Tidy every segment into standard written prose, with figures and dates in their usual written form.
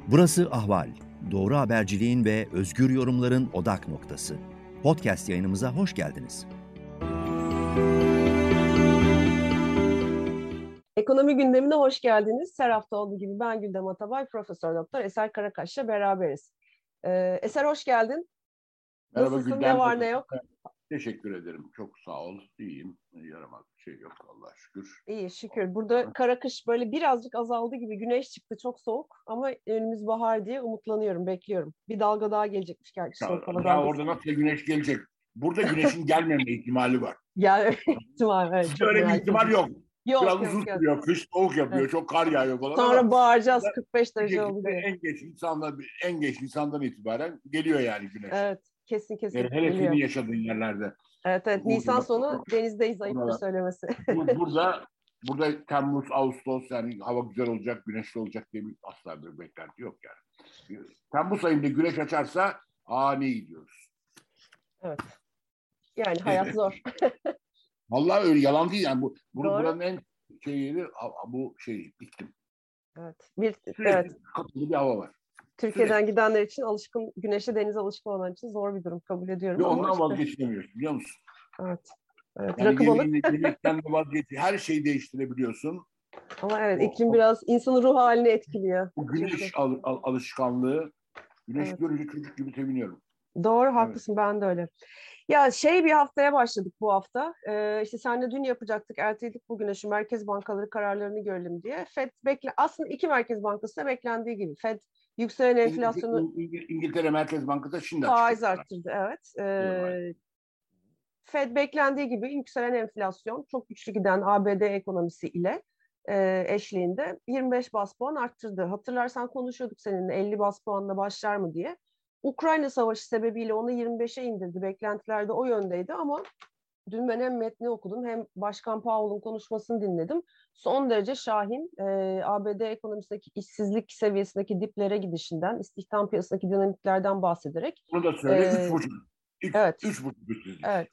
Burası Ahval. Doğru haberciliğin ve özgür yorumların odak noktası. Podcast yayınımıza hoş geldiniz. Ekonomi gündemine hoş geldiniz. Her hafta olduğu gibi ben Güldem Atabay, Profesör Doktor Eser Karakaş'la beraberiz. Eser hoş geldin. Merhaba Nasılsın? Güldem. Ne var ne yok? Teşekkür ederim. Çok sağ ol. İyiyim. Yaramaz bir şey yok Allah'a şükür. İyi şükür. Burada kara kış böyle birazcık azaldı gibi. Güneş çıktı, çok soğuk ama önümüz bahar diye umutlanıyorum, bekliyorum. Bir dalga daha gelecekmiş gerçi, soğuk hava Ya dalgası. orada nasıl güneş gelecek? Burada güneşin gelmeme ihtimali var. Yani ihtimal, evet, Sizde çok öyle bir merak ihtimal ediyorum. yok. Biraz Yok uzun yok. sürüyor. Kış soğuk yapıyor. Evet. Çok kar yağıyor falan Sonra ama bağıracağız, 45 bir derece oldu şekilde diye. en geç Nisan'dan itibaren geliyor yani güneş. Evet, kesin Hele senin geliyor. yaşadığın yerlerde. Evet, Nisan sonu denizdeyiz, ayıptır söylemesi. Burada Temmuz, Ağustos yani hava güzel olacak, güneşli olacak diye asla bir beklenti yok yani. Temmuz ayında güneş açarsa ne gidiyoruz. Evet. Yani hayat zor. Vallahi öyle, yalan değil yani buranın Doğru. en yeri bu iklim. Evet. Sürekli kapalı bir hava var. Türkiye'den Sürekli. gidenler için, alışkın, güneşe, denize alışkın olan için zor bir durum, kabul ediyorum. Ve Ama ondan işte. vazgeçilemiyorsun biliyor musun? Evet. Evet. Yani Rakı balık. yemekten de her şeyi değiştirebiliyorsun. Ama evet, O, iklim o, biraz insanın ruh halini etkiliyor. o Çünkü. güneş alışkanlığı, güneş Evet. görünce çocuk gibi seviniyorum. Doğru, Evet. haklısın, ben de öyle. Ya bir haftaya başladık bu hafta. İşte seninle dün yapacaktık, erteledik bugüne, şu merkez bankaları kararlarını görelim diye. Aslında iki merkez bankası da beklendiği gibi. Fed yükselen enflasyonu, İngiltere Merkez Bankası şimdi faiz açıkladı. arttırdı, evet. Normal. Fed beklendiği gibi yükselen enflasyon, çok güçlü giden ABD ekonomisi ile eşliğinde 25 bas puan arttırdı. Hatırlarsan konuşuyorduk seninle 50 bas puanla başlar mı diye. Ukrayna Savaşı sebebiyle onu 25'e indirdi. Beklentiler de o yöndeydi ama dün ben hem metni okudum hem Başkan Powell'ın konuşmasını dinledim. Son derece şahin, ABD ekonomisindeki işsizlik seviyesindeki diplere gidişinden, istihdam piyasadaki dinamiklerden bahsederek. Bunu da söyle. 3,5. Evet. 3,5 Evet.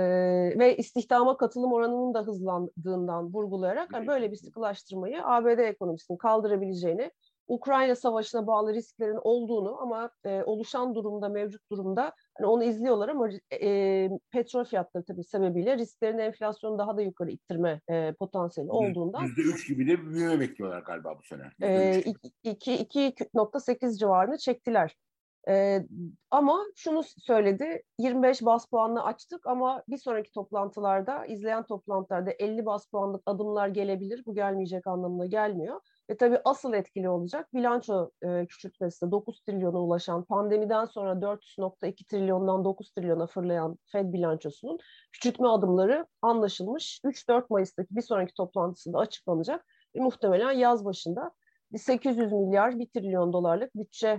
Ve istihdama katılım oranının da hızlandığından vurgulayarak hani böyle bir sıkılaştırmayı ABD ekonomisinin kaldırabileceğini, Ukrayna Savaşı'na bağlı risklerin olduğunu ama oluşan durumda, mevcut durumda hani onu izliyorlar ama petrol fiyatları tabii sebebiyle risklerin enflasyonu daha da yukarı ittirme potansiyeli olduğundan %3 gibi de bir büyüme bekliyorlar galiba bu sene. %3 2,8 civarını çektiler. Ama şunu söyledi, 25 bas puanla açtık ama bir sonraki toplantılarda, izleyen toplantılarda 50 bas puanlık adımlar gelebilir. Bu gelmeyecek anlamına gelmiyor. Ve tabii asıl etkili olacak bilanço küçültmesi, 9 trilyona ulaşan, pandemiden sonra 4,2 trilyondan 9 trilyona fırlayan Fed bilançosunun küçültme adımları anlaşılmış. 3-4 Mayıs'taki bir sonraki toplantısında açıklanacak ve muhtemelen yaz başında 800 milyar, 1 trilyon dolarlık bütçe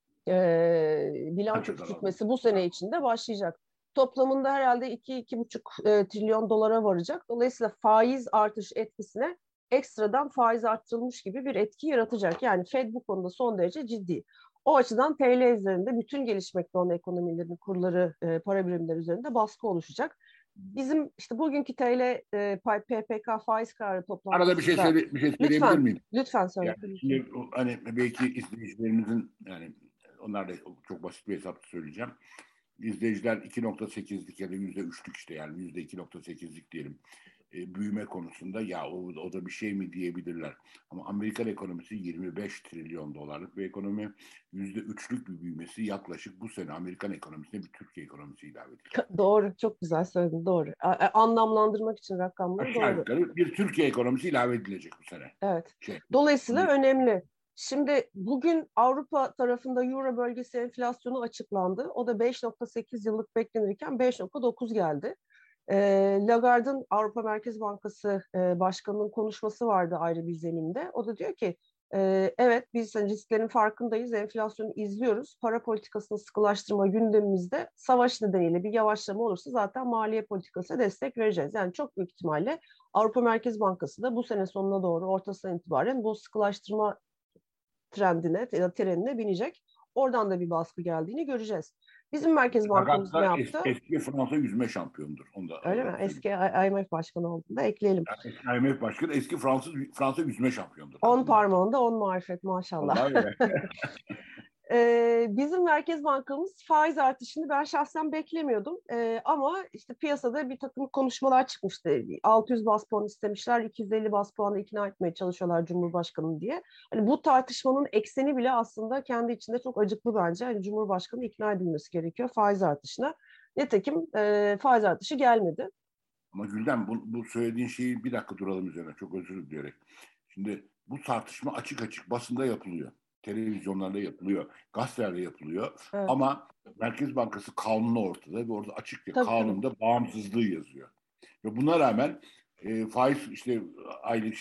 bilanço küçültmesi bu sene içinde başlayacak. Toplamında herhalde 2-2,5 trilyon dolara varacak. Dolayısıyla faiz artış etkisine ekstradan faiz arttırılmış gibi bir etki yaratacak. Yani Fed bu konuda son derece ciddi. O açıdan TL üzerinde bütün gelişmekte olan ekonomilerin kurları, para birimleri üzerinde baskı oluşacak. Bizim işte bugünkü TL PPK faiz kararı Arada bir şey toplantısında söyleyebilir miyim? lütfen söyle. Yani şimdi hani belki izleyicilerimizin yani onlar da çok basit bir hesapla söyleyeceğim. İzleyiciler 2,8'lik ya da %3'lük işte yani %2,8'lik diyelim büyüme konusunda ya o da bir şey mi diyebilirler. Ama Amerikan ekonomisi 25 trilyon dolarlık bir ekonomi. %3'lük bir büyümesi yaklaşık bu sene Amerikan ekonomisine bir Türkiye ekonomisi ilave edilecek. Doğru, çok güzel söyledin, doğru. Anlamlandırmak için rakamları Aşağı doğru. yukarı bir Türkiye ekonomisi ilave edilecek bu sene. Evet. Dolayısıyla Amerika. önemli. Şimdi bugün Avrupa tarafında Euro bölgesi enflasyonu açıklandı. O da 5,8 yıllık beklenirken 5,9 geldi. Lagarde'ın Avrupa Merkez Bankası Başkanı'nın konuşması vardı ayrı bir zeminde. O da diyor ki evet biz risklerin farkındayız, enflasyonu izliyoruz. Para politikasını sıkılaştırma gündemimizde, savaş nedeniyle bir yavaşlama olursa zaten maliye politikasına destek vereceğiz. Yani çok büyük ihtimalle Avrupa Merkez Bankası da bu sene sonuna doğru ortasından itibaren bu sıkılaştırma trendine ya da trenine binecek. Oradan da bir baskı geldiğini göreceğiz. Bizim Merkez Bankamız ne Lagarde yaptı? eski Fransa yüzme şampiyonudur. Onu da Öyle mi? Eski IMF başkanı olduğunda ekleyelim. yani eski IMF başkanı, eski Fransa yüzme şampiyonudur 10 kadınlar. parmağında 10 marifet maşallah. Vallahi öyle. Bizim Merkez Bankamız faiz artışını ben şahsen beklemiyordum. Ama işte piyasada bir takım konuşmalar çıkmıştı. 600 bas puan istemişler, 250 bas puanı ikna etmeye çalışıyorlar Cumhurbaşkanı diye. Hani bu tartışmanın ekseni bile aslında kendi içinde çok acıklı bence. Hani Cumhurbaşkanı ikna edilmesi gerekiyor faiz artışına. Nitekim faiz artışı gelmedi. Ama Gülden, bu söylediğin şeyi bir dakika duralım üzerine. Çok özür dileyerek. Şimdi bu tartışma açık açık basında yapılıyor. Televizyonlarda yapılıyor. Gazetelerde yapılıyor. Evet. Ama Merkez Bankası kanunu ortada ve orada açıkça Tabii, tabii. kanunda bağımsızlığı yazıyor. Ve buna rağmen faiz işte aylık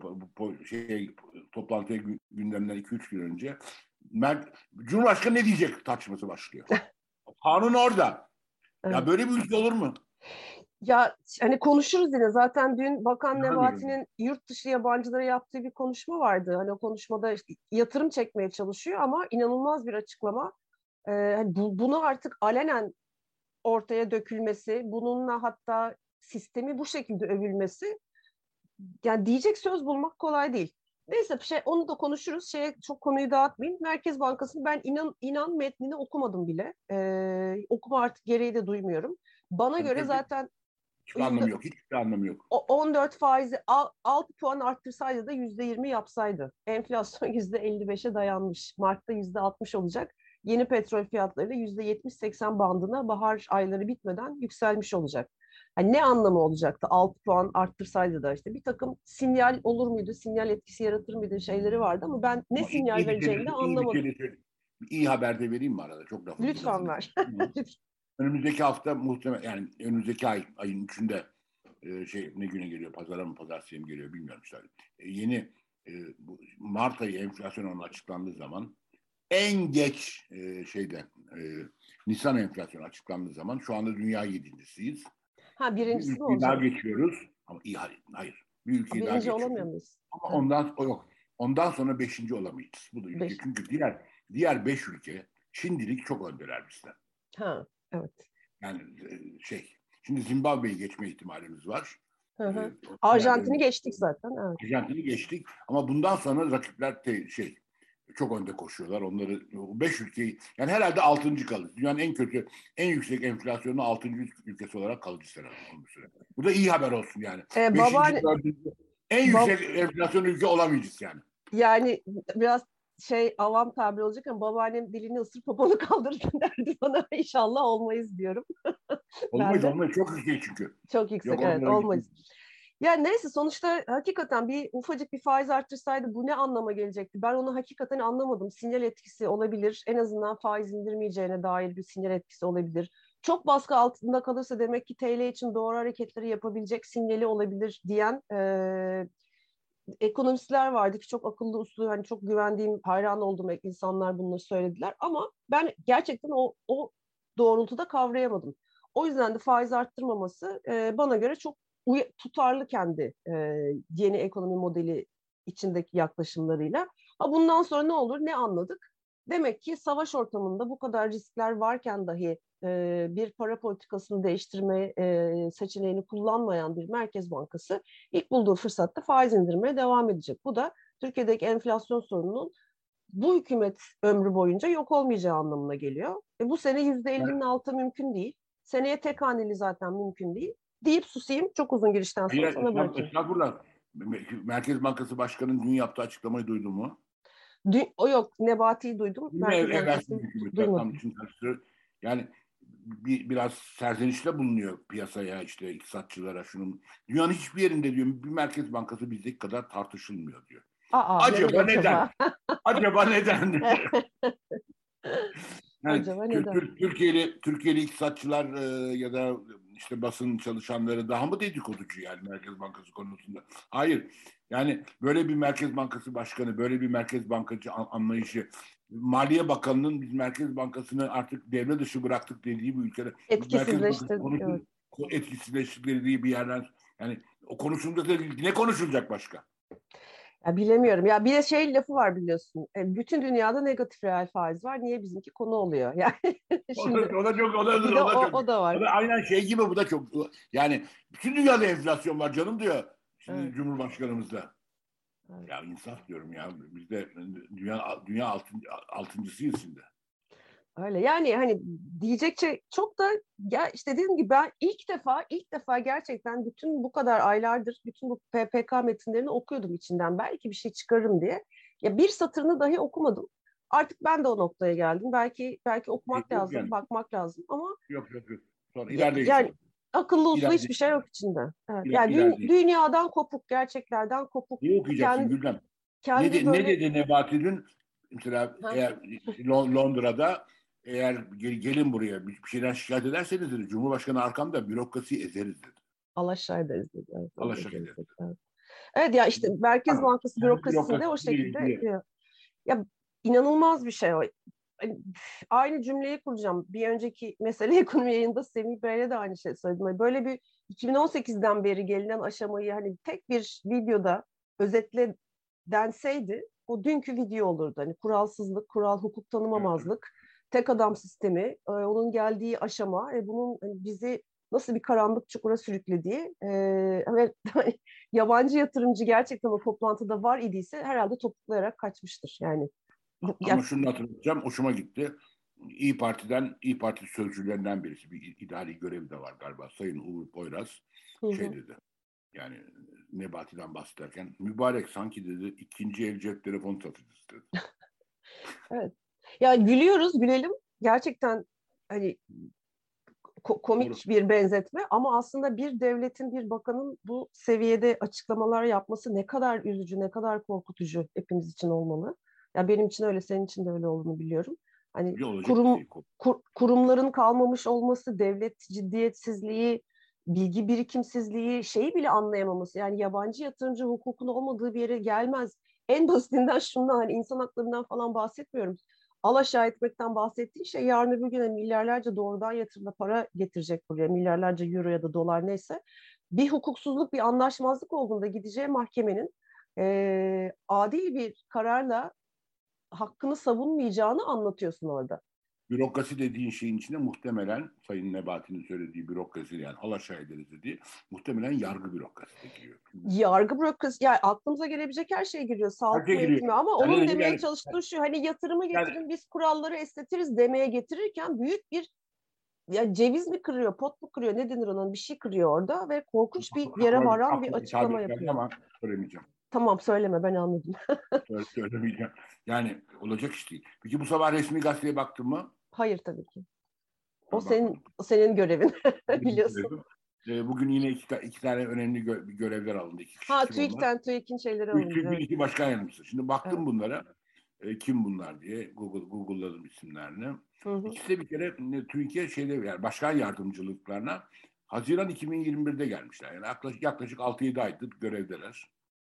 toplantıya gündemden 2-3 gün önce Cumhurbaşkanı ne diyecek tartışması başlıyor. Kanun orada. Evet. Ya böyle bir ülke olur mu? Ya hani konuşuruz yine. Zaten dün Bakan İnanamıyorum. Nebati'nin yurt dışı yabancılara yaptığı bir konuşma vardı. Hani o konuşmada işte yatırım çekmeye çalışıyor ama inanılmaz bir açıklama. Hani bunu artık alenen ortaya dökülmesi, bununla hatta sistemi bu şekilde övülmesi, yani diyecek söz bulmak kolay değil. Neyse onu da konuşuruz. Çok konuyu dağıtmayayım. Merkez Bankası'nın ben inan metnini okumadım bile. Okuma artık gereği de duymuyorum. Bana göre Tabii. zaten Hiçbir anlamı yok. Hiçbir anlamı yok. 14 faizi 6 puan arttırsaydı da %20 yapsaydı. Enflasyon %55'e dayanmış. Mart'ta %60 olacak. Yeni petrol fiyatları da %70-80 bandına bahar ayları bitmeden yükselmiş olacak. Yani ne anlamı olacaktı 6 puan arttırsaydı da işte bir takım sinyal olur muydu, sinyal etkisi yaratır mıydı şeyleri vardı ama ben ne Ama sinyal vereceğini de iyi bir anlamadım. şey de söyleyeyim. İyi haber de vereyim mi arada? Çok lafınızı Lütfen lafını. ver. Önümüzdeki hafta muhtemelen, yani önümüzdeki ayın 3'ünde ne güne geliyor? Pazara mı pazartesiye mi geliyor bilmiyorum işte. Yeni bu Mart ayı enflasyonu açıklandığı zaman en geç Nisan enflasyonu açıklandığı zaman şu anda dünya yedincisiyiz. Ha, Bir birincisi mi ülkeyi daha olacak? geçiyoruz. Ama hayır. Bir ülkeyi daha Birinci olamıyor geçiyoruz. muyuz? Ama Ha, ondan sonra beşinci olamayız. Bu da ülke. beş. Çünkü diğer beş ülke şimdilik çok öndeler bizden. Ha, evet. Yani şimdi Zimbabwe'yi geçme ihtimalimiz var. Hı hı. Diğer Arjantin'i geçtik zaten. Evet. Arjantin'i geçtik. Ama bundan sonra rakipler çok önde koşuyorlar. Onları, o beş ülkeyi, yani herhalde altıncı kalır. Dünyanın en yüksek enflasyonlu altıncı ülkesi olarak kalacağız herhalde bir süre. Bu da iyi haber olsun yani. Beşinci, Babaanne, dördüncü en bab, yüksek enflasyon ülke olamayacağız yani. yani biraz avam tabir olacak ama babaannem dilini ısır poponu kaldırır derdi bana. İnşallah olmayız diyorum ben Olmayız, de. çok yüksek çünkü. Çok yüksek, Yok, evet, oralara gittik. olmayız. Ya neyse, sonuçta hakikaten bir ufacık bir faiz arttırsaydı bu ne anlama gelecekti? Ben onu hakikaten anlamadım. Sinyal etkisi olabilir. En azından faiz indirmeyeceğine dair bir sinyal etkisi olabilir. Çok baskı altında kalırsa demek ki TL için doğru hareketleri yapabilecek sinyali olabilir diyen ekonomistler vardı ki çok akıllı uslu, hani çok güvendiğim, hayran olduğum insanlar bunları söylediler. Ama ben gerçekten o doğrultuda kavrayamadım. O yüzden de faiz arttırmaması bana göre çok tutarlı kendi yeni ekonomi modeli içindeki yaklaşımlarıyla. Bundan sonra ne olur, ne anladık? Demek ki savaş ortamında bu kadar riskler varken dahi bir para politikasını değiştirme seçeneğini kullanmayan bir Merkez Bankası ilk bulduğu fırsatta faiz indirmeye devam edecek. Bu da Türkiye'deki enflasyon sorununun bu hükümet ömrü boyunca yok olmayacağı anlamına geliyor. Bu sene %50'nin altı mümkün değil. Seneye tek haneli zaten mümkün değil. Deyip susayım. Çok uzun girişten sonra Hayır, sana bırakayım. estağfurullah. Merkez Bankası Başkanı'nın dün yaptığı açıklamayı duydun mu? O yok. Nebati'yi duydum. Yine Merkez evvelsi Bankası hükümetler tam duymadım. için karıştırıyor. Yani biraz serzenişte bulunuyor piyasaya, işte iktisatçılara, şunun. Dünyanın hiçbir yerinde diyor bir Merkez Bankası bizdeki kadar tartışılmıyor diyor. Neden Acaba neden? acaba? Acaba neden? Yani Acaba neden? Türkiye'li iktisatçılar ya da işte basın çalışanları daha mı dedikoducu yani Merkez Bankası konusunda? Hayır. Yani böyle bir Merkez Bankası başkanı, böyle bir Merkez Bankacı anlayışı, Maliye Bakanı'nın biz Merkez Bankası'nı artık devre dışı bıraktık dediği bir ülkede Merkez Bankası Etkisizleştirdik. Evet. etkisizleştirdiği bir yerden, yani o konuşulacak, ne konuşulacak başka? Ya bilemiyorum. Ya bir de şey lafı var biliyorsun. Bütün dünyada negatif reel faiz var. Niye bizimki konu oluyor? Yani şimdi O da çok, bir de o da çok. o da O var. da aynen şey gibi, bu da çok. Yani bütün dünyada enflasyon var canım diyor. Şimdi Evet, Cumhurbaşkanımız da. evet. Ya insaf diyorum ya. Biz de dünya altıncısıyız şimdi. Öyle. Yani hani diyecek şey çok da ya işte dediğim gibi ben ilk defa gerçekten bütün bu kadar aylardır bütün bu PPK metinlerini okuyordum içinden. Belki bir şey çıkarırım diye. Ya bir satırını dahi okumadım. Artık ben de o noktaya geldim. Belki okumak Yok lazım, yani. bakmak lazım ama Yok. Sonra ileride yani inşallah. akıllı uslu İleride hiçbir şey inşallah. yok içinde. Evet. Yani İleride. dünyadan kopuk, gerçeklerden kopuk. Neyi okuyacaksın Kendi Gülden? kendi Ne böyle dedi Nebati dün? Mesela ha, eğer Londra'da, eğer gelin buraya bir şeyden şikayet ederseniz dedi, Cumhurbaşkanı arkamda, bürokrasiyi ezeriz dedi. alaşağı ederiz dedi. Evet, Alaşağı ezeriz ederiz. dedi. Evet. Evet ya işte Merkez Pardon. Bankası Kendi bürokrasisinde o bürokrasisiyle şekilde ilgili. ya inanılmaz bir şey o. Hani, aynı cümleyi kuracağım. Bir önceki mesele ekonomi yayında Semih Bey'le de aynı şey söyledim. Hani böyle bir 2018'den beri gelinen aşamayı hani tek bir videoda özetle denseydi o dünkü video olurdu. Hani kuralsızlık, kural hukuk Evet, evet. tanımamazlık, tek adam sistemi, onun geldiği aşama, bunun hani bizi nasıl bir karanlık çukura sürüklediği ve yabancı yatırımcı gerçekten o toplantıda var idiyse herhalde topuklayarak kaçmıştır. Yani Ama ya, şunu hatırlatacağım, hoşuma gitti. İyi Parti sözcülerinden birisi, bir idari görevi de var galiba, Sayın Uğur Poyraz hı şey hı. dedi. Yani Nebati'den bahsederken, mübarek sanki dedi ikinci el cep telefon satıcısı dedi. Evet. Ya gülüyoruz, gülelim. Gerçekten hani Doğru. komik bir benzetme ama aslında bir devletin, bir bakanın bu seviyede açıklamalar yapması ne kadar üzücü, ne kadar korkutucu hepimiz için olmalı. Ya benim için öyle, senin için de öyle olduğunu biliyorum. Hani Bir olacak bir şey. kurumların kalmamış olması, devlet ciddiyetsizliği, bilgi birikimsizliği, şeyi bile anlayamaması. Yani yabancı yatırımcı hukukun olmadığı bir yere gelmez. En basitinden şundan hani insan haklarından falan bahsetmiyorum. Alaşağı etmekten bahsettiği şey yarın öbür gün milyarlarca doğrudan yatırımla para getirecek buraya. Milyarlarca euro ya da dolar neyse. Bir hukuksuzluk, bir anlaşmazlık olduğunda gideceği mahkemenin adil bir kararla hakkını savunmayacağını anlatıyorsun orada. Bürokrasi dediğin şeyin içinde muhtemelen Sayın Nebati'nin söylediği bürokrasi, yani alaşağı ederiz dediği, muhtemelen yargı bürokrasi de giriyor. Yargı bürokrasi, yani aklımıza gelebilecek her şey giriyor. Her Sağlık şey mı, giriyor. eğitim mi? Ama Yani, onun ne demeye yani, çalıştığı şu hani yatırımı yani getirin biz kuralları esnetiriz demeye getirirken büyük bir ya ceviz mi kırıyor, pot mu kırıyor, ne denir ona bir şey kırıyor orada ve korkunç bir yere varan bir aklıma bir tabir açıklama geldi yapıyor. ama söylemeyeceğim. Tamam söyleme ben anladım. Söylemeyeceğim. Yani olacak iş değil. Peki bu sabah resmi gazeteye baktın mı? Hayır tabii ki. O Ben senin bakmadım. o senin görevin biliyorsun. Bugün yine iki tane önemli görevler alındı. İki kişi, Ha kim onlar? TÜİK'in şeyleri alındı. TÜİK'in Evet. iki başkan yardımcısı. Şimdi Evet. baktım bunlara. Kim bunlar diye Google'ladım isimlerini. Hı hı. İkisi de bir kere TÜİK'e şeyde, yani başkan yardımcılıklarına Haziran 2021'de gelmişler. Yani yaklaşık 6-7 aydır görevdeler.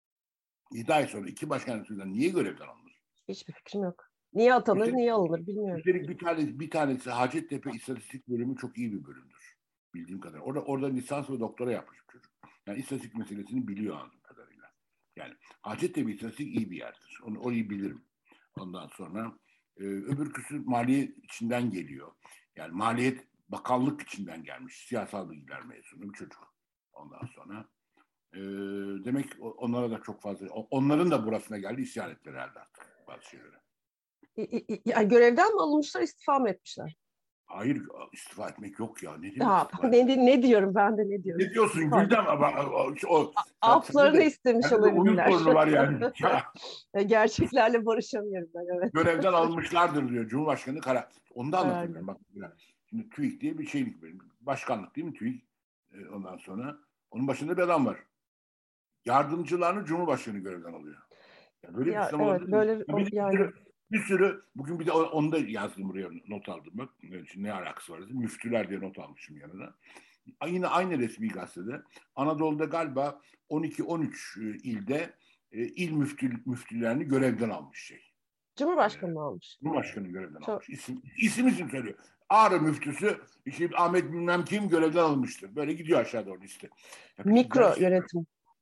7 ay sonra iki başkan yardımcılığından niye görevden alınır? Hiçbir fikrim yok. Niye atanır, Üstelik, niye alınır bilmiyorum. üstelik bir tanesi Hacettepe İstatistik Bölümü çok iyi bir bölümdür. Bildiğim kadar. Orada lisans ve doktora yapmış bir çocuk. Yani istatistik meselesini biliyor anladığım kadarıyla. Yani Hacettepe İstatistik iyi bir yerdir. Orayı bilirim. Ondan sonra öbürküsü maliye içinden geliyor. Yani maliyet bakanlık içinden gelmiş. Siyasal bilgiler mezunu bir çocuk. Ondan sonra demek onlara da çok fazla, onların da burasına geldi, isyan ettiler herhalde artık bazı şeylere. Yani görevden mi alınmışlar, istifa mı etmişler? Hayır, istifa etmek yok ya. Ne demek Ha, istifa etmek? ne diyorum ben de ne diyorum. Ne diyorsun Pardon. Gülden? Ama Aflarını istemiş sende de uyum olabilirler. sorunu var yani. Ya, Gerçeklerle barışamıyorum ben evet. görevden almışlardır diyor Cumhurbaşkanı karar. Onu da Herhalde. anlatabilirim. Bak, şimdi TÜİK diye bir şeylik, başkanlık değil mi TÜİK? Ondan sonra onun başında bir adam var. Yardımcılarını Cumhurbaşkanı görevden alıyor. Ya böyle bir Ya sistem evet olabilir mi? böyle yani Bir sürü bugün bir de onu da yazdım buraya, not aldım bak. Ne alakası var dedim. Müftüler diye not almışım yanına. Yine aynı resmi gazetede Anadolu'da galiba 12-13 ilde müftülerini görevden almış şey. Cumhurbaşkanı mı almış? Cumhurbaşkanı görevden Çok almış. İsim söylüyor. Ağrı müftüsü işte Ahmet bilmem kim görevden alınmıştır. Böyle gidiyor aşağı doğru liste. Ya peki mikro gerçekten yönetim.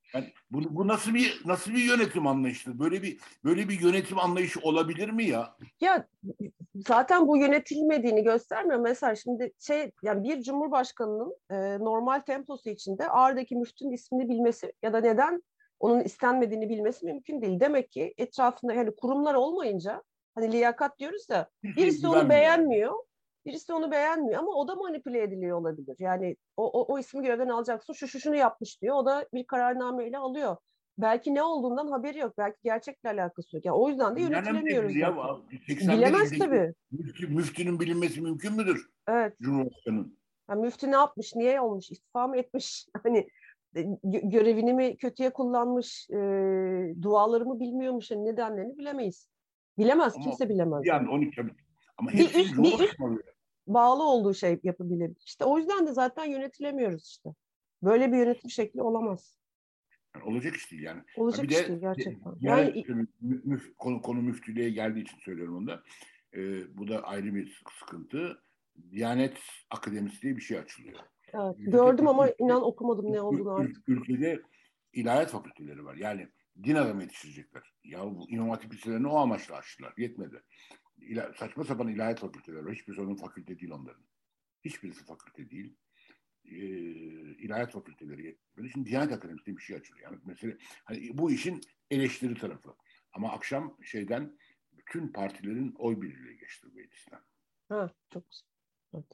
Yani bu nasıl bir yönetim anlayışı? Böyle bir yönetim anlayışı olabilir mi ya? Ya zaten bu yönetilmediğini göstermiyor. Mesela şimdi yani bir cumhurbaşkanının normal temposu içinde Ağrı'daki müftünün ismini bilmesi ya da neden onun istenmediğini bilmesi mümkün değil. Demek ki etrafında yani kurumlar olmayınca hani liyakat diyoruz ya Kimseye birisi onu güvenmiyor yani. beğenmiyor. Birisi onu beğenmiyor ama o da manipüle ediliyor olabilir. Yani o ismi görevden alacaksın şunu yapmış diyor. O da bir kararnameyle alıyor. Belki ne olduğundan haberi yok. Belki gerçekle alakası yok. Yani o yüzden de Nereden yönetilemiyoruz bilebilir ya? zaten. 81 Bilemez ildeki tabii. müftünün bilinmesi mümkün müdür? Evet. Cumhurbaşkanının. Yani müftü ne yapmış? Niye olmuş? İstifa mı etmiş? Hani görevini mi kötüye kullanmış? Duaları mı bilmiyormuş? Yani nedenlerini bilemeyiz. Bilemez. Ama Kimse bilemez yani yani. 12 ama Bir hepsinin üst bir üst Cumhurbaşkanı oluyor. bağlı olduğu şey yapabilir. İşte o yüzden de zaten yönetilemiyoruz işte. Böyle bir yönetim şekli olamaz. Yani olacak iş değil yani. Ha Olacak bir iş de değil gerçekten. Diyanet Yani konu müftülüğe geldiği için söylüyorum onu da. Bu da ayrı bir sıkıntı. Diyanet Akademisi diye bir şey açılıyor. evet, gördüm ama inan okumadım ne olduğunu artık. Ülkede ilahiyat fakülteleri var. Yani din adamı yetiştirecekler. Ya bu İmam Hatip liselerini o amaçla açtılar. Yetmedi. Saçma sapan ilahiyat fakülteleri var. Hiçbir sorun fakülte değil onların. Hiçbirisi fakülte değil. İlahiyat fakülteleri yetmedi. Şimdi Diyanet Akademisi diye bir şey açılıyor. Yani mesela hani bu işin eleştiri tarafı. Ama akşam bütün partilerin oy birliğiyle geçti bu meclisten. Ha, çok güzel. Evet.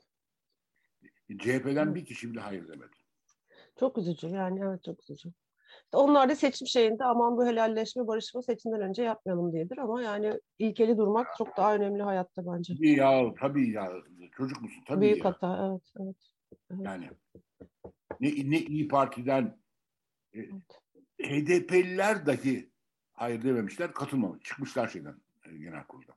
CHP'den Evet. bir kişi bile hayır demedi. Çok üzücü yani evet çok üzücü. Onlar da seçim şeyinde aman bu helalleşme, barışma seçimden önce yapmayalım diyedir ama yani ilkeli durmak çok daha önemli hayatta bence. Tabii ya çocuk musun? Tabii Büyük ya. hata evet evet. Evet, Yani ne İyi Parti'den evet. HDP'liler dahi hayır dememişler, katılmamış. Çıkmışlar genel kuruldan.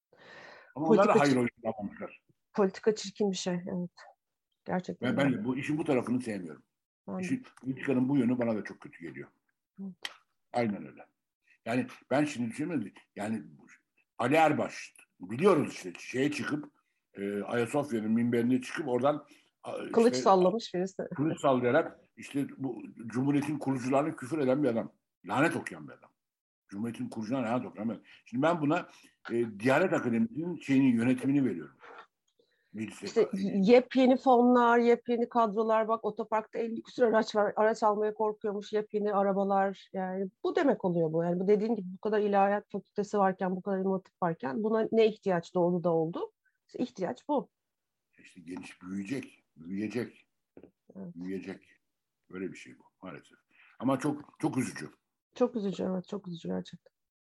Ama onlar da Politika, hayır oyu yapmamışlar. politika çirkin bir şey evet. Gerçekten öyle. Ben bu işin bu tarafını sevmiyorum. Ben de. Politikanın bu yönü bana da çok kötü geliyor. Evet. Aynen öyle. Yani ben şimdi düşünüyorum. Yani Ali Erbaş biliyoruz işte çıkıp Ayasofya'nın minberine çıkıp oradan Kılıç işte sallamış birisi. kılıç sallayarak işte bu Cumhuriyet'in kurucularını küfür eden bir adam. Lanet okuyan bir adam. Cumhuriyet'in kurucularına lanet okuyan bir adam. Şimdi ben buna Diyanet Akademisi'nin yönetimini veriyorum. Meclise. İşte yepyeni fonlar, yepyeni kadrolar. Bak otoparkta 50 küsur araç var. Araç almaya korkuyormuş. Yepyeni arabalar. Yani bu demek oluyor bu. Yani bu dediğin gibi bu kadar ilahiyat fakültesi varken, bu kadar imam hatip varken buna ne ihtiyaç doğdu da oldu? İşte ihtiyaç bu. İşte geniş büyüyecek, büyüyecek, Evet. büyüyecek. Böyle bir şey bu maalesef. Ama çok çok üzücü. Çok üzücü evet. Çok üzücü gerçekten.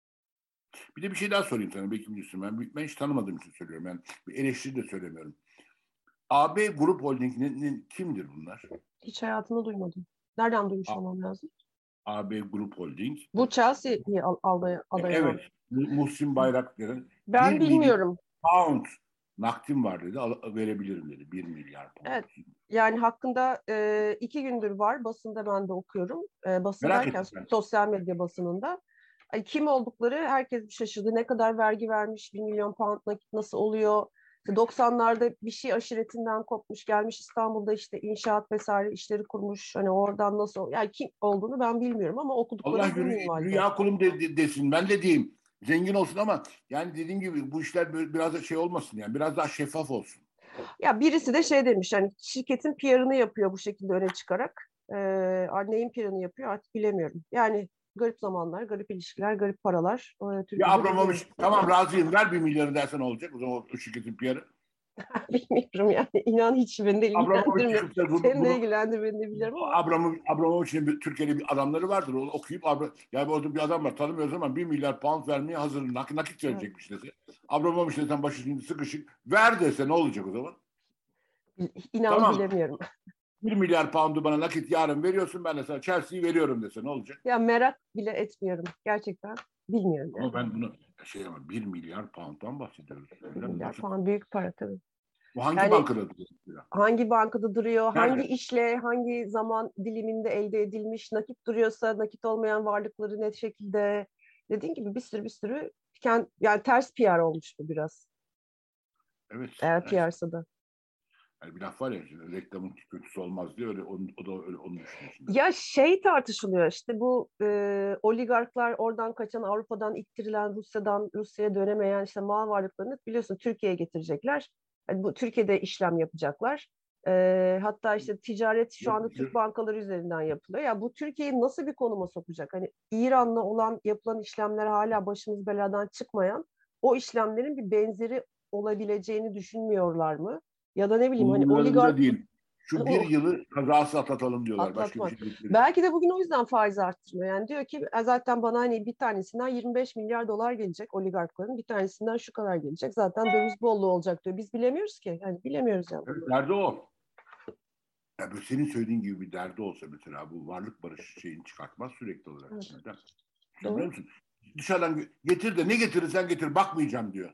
Bir de bir şey daha sorayım sana. Belki bilirsin. Ben hiç tanımadığım için söylüyorum. Ben bir eleştiri de söylemiyorum. AB Grup Holding'in kimdir bunlar? Hiç hayatımda duymadım. Nereden duymuş A- olmam lazım? AB Grup Holding. Bu Chelsea'yi aday olan. Evet. Muhsin Bayraktar'ın Ben 1 milyon bilmiyorum. pound nakdim var dedi. Verebilirim dedi. 1 milyar pound. Evet, yani hakkında 2 gündür var. Basında ben de okuyorum. Basın Merak derken ettim ben. sosyal medya basınında. Ay, kim oldukları herkes bir şaşırdı. Ne kadar vergi vermiş, 1 milyon pound nakit nasıl oluyor? İşte 90'larda bir şey aşiretinden kopmuş, gelmiş İstanbul'da işte inşaat vesaire işleri kurmuş. Hani oradan nasıl, yani kim olduğunu ben bilmiyorum ama Allah okuduklarım bu minvalde. rüya kulum desin. Ben de diyeyim. Zengin olsun ama yani dediğim gibi bu işler biraz da şey olmasın yani. Biraz daha şeffaf olsun. Ya birisi de şey demiş hani şirketin PR'ını yapıyor bu şekilde öne çıkarak. Neyin PR'ını yapıyor artık bilemiyorum. Yani garip zamanlar, garip ilişkiler, garip paralar. Ya Türkiye'de Abramovich biliyoruz. tamam razıyım ver 1 milyarı dersen olacak. O zaman o şirketin PR'ı. Bilmiyorum yani inan hiç beni de Abramovich ilgilendirmiyor. çıkıp da Seni de ilgilendirmediğini de biliyorum ama Abramovich'in Türkiye'de bir adamları vardır. O okuyup ya orada bir adam var tanımıyoruz ama 1 milyar pound vermeye hazır nakit evet, verecekmiş dese. Abramovich desen başı şimdi sıkışık. Ver dese ne olacak o zaman? inan Tamam bilemiyorum. 1 milyar pound'u bana nakit yarın veriyorsun ben de sana Chelsea'yi veriyorum dese ne olacak? Ya merak bile etmiyorum. Gerçekten bilmiyorum Ama yani. ben bunu 1 milyar pound'dan bahsediyoruz. 1 milyar Nasıl? falan büyük para tabii. Bu hangi Yani bankada duruyor? hangi bankada duruyor, hangi Nerede? işle, hangi zaman diliminde elde edilmiş, nakit duruyorsa nakit olmayan varlıkları net şekilde dediğin gibi bir sürü yani ters PR olmuş bu biraz. Evet. Eğer Evet. PR'sa da. Yani bir laf var ya, şimdi, reklamın kötüsü olmaz diye, öyle o da öyle onu düşünüyor şimdi. Ya şey tartışılıyor işte bu oligarklar oradan kaçan Avrupa'dan ittirilen Rusya'ya dönemeyen işte mal varlıklarını biliyorsun Türkiye'ye getirecekler. Yani bu Türkiye'de işlem yapacaklar. Hatta işte ticaret şu anda Türk bankaları üzerinden yapılıyor. Ya bu Türkiye'yi nasıl bir konuma sokacak? Hani İran'la olan yapılan işlemler hala başımız beladan çıkmayan o işlemlerin bir benzeri olabileceğini düşünmüyorlar mı? Ya da ne bileyim hani Umurlarında oligark değil. Şu bir yılı kazası atlatalım diyorlar. Başka bir atlatmak. şey değil. Belki de bugün o yüzden faiz arttırmıyor. Yani diyor ki zaten bana hani bir tanesinden 25 milyar dolar gelecek oligarkların. Bir tanesinden şu kadar gelecek. Zaten döviz bolluğu olacak diyor. Biz bilemiyoruz ki. Yani bilemiyoruz yani. Evet, derdi o. Ya bu senin söylediğin gibi bir derdi olsa mesela, bu varlık barışı şeyini çıkartmaz sürekli olarak. Evet. Neden? Biliyor Doğru. musun? Dışarıdan getir de ne getirirsen getir, bakmayacağım diyor.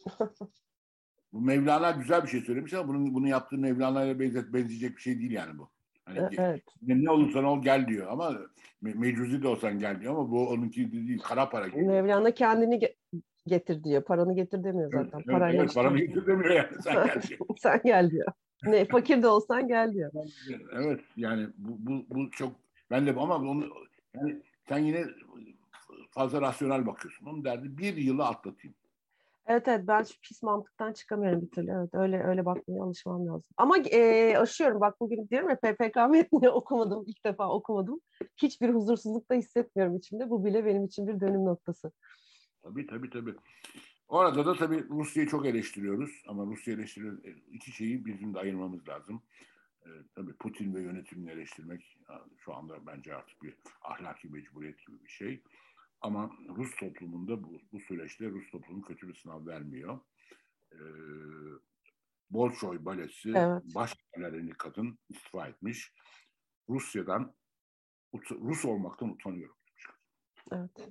Bu Mevlana güzel bir şey söylemiş ama bunu yaptığı Mevlana'ya benzeyecek bir şey değil yani bu. Hani Evet. ne olursan ol gel diyor ama mecuzi de olsan gel diyor, ama bu onunki değil, kara para geliyor. Mevlana kendini getir diyor. Paranı getir demiyor Evet, zaten. evet, Parayla evet, iş paranı çözmüyor. getir demiyor yani, sen gel diyor. Sen gel diyor. Ne fakir de olsan gel diyor. Evet, yani bu çok, ben de, ama onu, yani sen yine fazla rasyonel bakıyorsun. Onun derdi bir yılı atlatayım. Evet evet ben şu pis mantıktan çıkamıyorum bir türlü. Evet öyle bakmaya alışmam lazım. Ama aşıyorum bak bugün diyorum ya PPK metnini okumadım. İlk defa okumadım. Hiçbir huzursuzluk da hissetmiyorum içimde. Bu bile benim için bir dönüm noktası. Tabii. Orada da tabii Rusya'yı çok eleştiriyoruz, ama Rusya eleştiriyoruz. İki şeyi bizim de ayırmamız lazım. Tabii Putin ve yönetimini eleştirmek şu anda bence artık bir ahlaki mecburiyet gibi bir şey. Ama Rus toplumunda bu süreçte Rus toplumu kötü bir sınav vermiyor. Ee, Bolşoy balesi Evet, baş balerini kadın istifa etmiş. Rusya'dan, Rus olmaktan utanıyorum demiş. evet.